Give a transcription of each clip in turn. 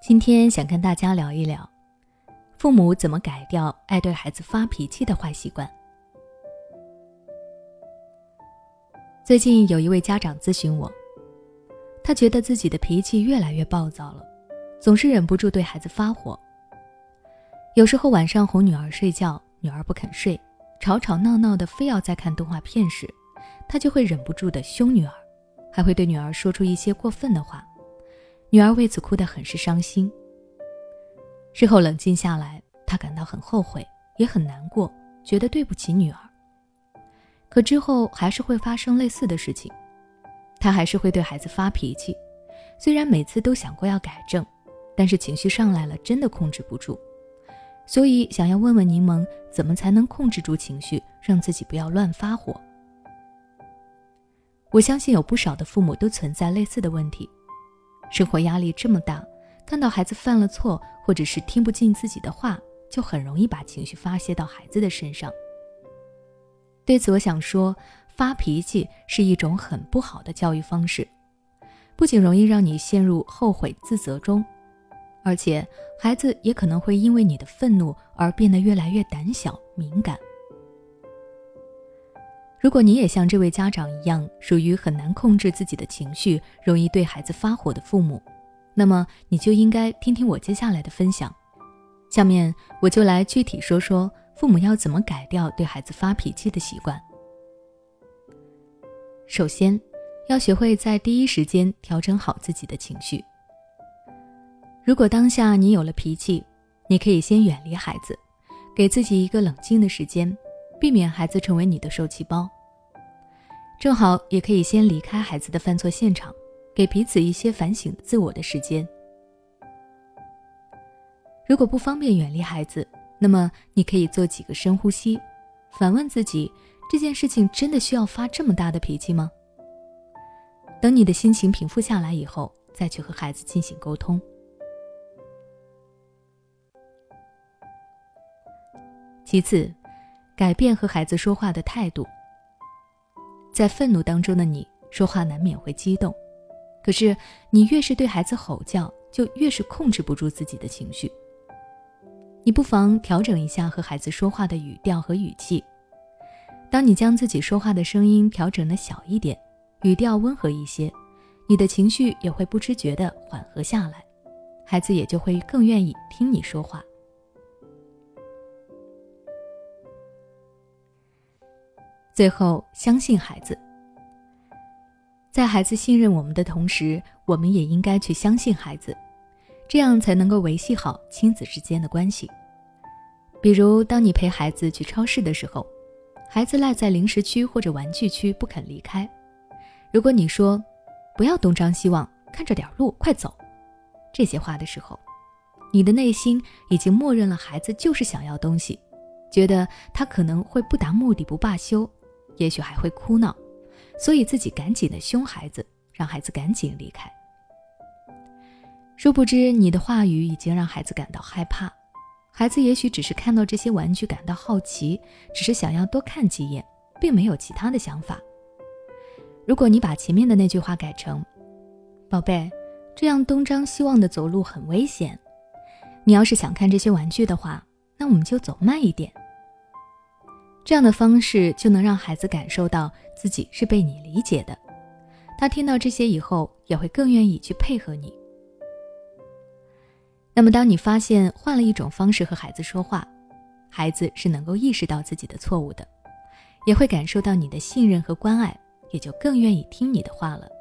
今天想跟大家聊一聊，父母怎么改掉爱对孩子发脾气的坏习惯。最近有一位家长咨询我，他觉得自己的脾气越来越暴躁了，总是忍不住对孩子发火。有时候晚上哄女儿睡觉，女儿不肯睡，吵吵闹闹的非要再看动画片时，他就会忍不住的凶女儿，还会对女儿说出一些过分的话。女儿为此哭得很是伤心。事后冷静下来，他感到很后悔，也很难过，觉得对不起女儿。可之后还是会发生类似的事情，他还是会对孩子发脾气，虽然每次都想过要改正，但是情绪上来了真的控制不住。所以想要问问柠檬，怎么才能控制住情绪，让自己不要乱发火？我相信有不少的父母都存在类似的问题。生活压力这么大，看到孩子犯了错，或者是听不进自己的话，就很容易把情绪发泄到孩子的身上。对此我想说，发脾气是一种很不好的教育方式，不仅容易让你陷入后悔自责中，而且孩子也可能会因为你的愤怒而变得越来越胆小敏感。如果你也像这位家长一样，属于很难控制自己的情绪，容易对孩子发火的父母，那么你就应该听听我接下来的分享。下面我就来具体说说父母要怎么改掉对孩子发脾气的习惯。首先，要学会在第一时间调整好自己的情绪。如果当下你有了脾气，你可以先远离孩子，给自己一个冷静的时间，避免孩子成为你的受气包。正好也可以先离开孩子的犯错现场，给彼此一些反省自我的时间。如果不方便远离孩子，那么你可以做几个深呼吸，反问自己，这件事情真的需要发这么大的脾气吗？等你的心情平复下来以后，再去和孩子进行沟通。其次，改变和孩子说话的态度。在愤怒当中的你，说话难免会激动，可是你越是对孩子吼叫，就越是控制不住自己的情绪。你不妨调整一下和孩子说话的语调和语气。当你将自己说话的声音调整得小一点，语调温和一些，你的情绪也会不知觉地缓和下来，孩子也就会更愿意听你说话。最后，相信孩子。在孩子信任我们的同时，我们也应该去相信孩子，这样才能够维系好亲子之间的关系。比如，当你陪孩子去超市的时候，孩子赖在零食区或者玩具区不肯离开，如果你说不要东张西望，看着点路，快走，这些话的时候，你的内心已经默认了孩子就是想要东西，觉得他可能会不达目的不罢休，也许还会哭闹，所以自己赶紧的凶孩子，让孩子赶紧离开。殊不知你的话语已经让孩子感到害怕，孩子也许只是看到这些玩具感到好奇，只是想要多看几眼，并没有其他的想法。如果你把前面的那句话改成，宝贝，这样东张西望的走路很危险，你要是想看这些玩具的话，那我们就走慢一点。这样的方式就能让孩子感受到自己是被你理解的，他听到这些以后也会更愿意去配合你。那么当你发现换了一种方式和孩子说话，孩子是能够意识到自己的错误的，也会感受到你的信任和关爱，也就更愿意听你的话了。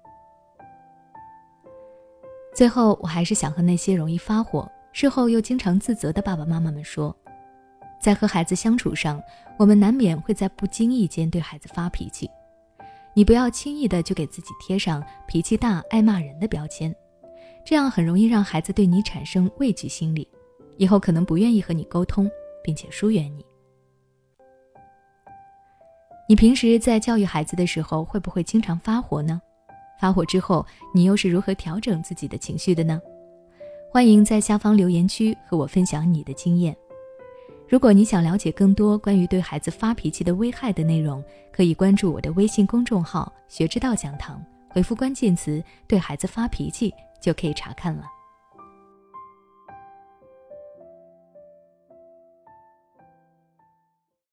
最后，我还是想和那些容易发火，事后又经常自责的爸爸妈妈们说，在和孩子相处上，我们难免会在不经意间对孩子发脾气，你不要轻易的就给自己贴上脾气大、爱骂人的标签，这样很容易让孩子对你产生畏惧心理，以后可能不愿意和你沟通，并且疏远你。你平时在教育孩子的时候，会不会经常发火呢？发火之后，你又是如何调整自己的情绪的呢？欢迎在下方留言区和我分享你的经验。如果你想了解更多关于对孩子发脾气的危害的内容，可以关注我的微信公众号学之道讲堂，回复关键词对孩子发脾气就可以查看了。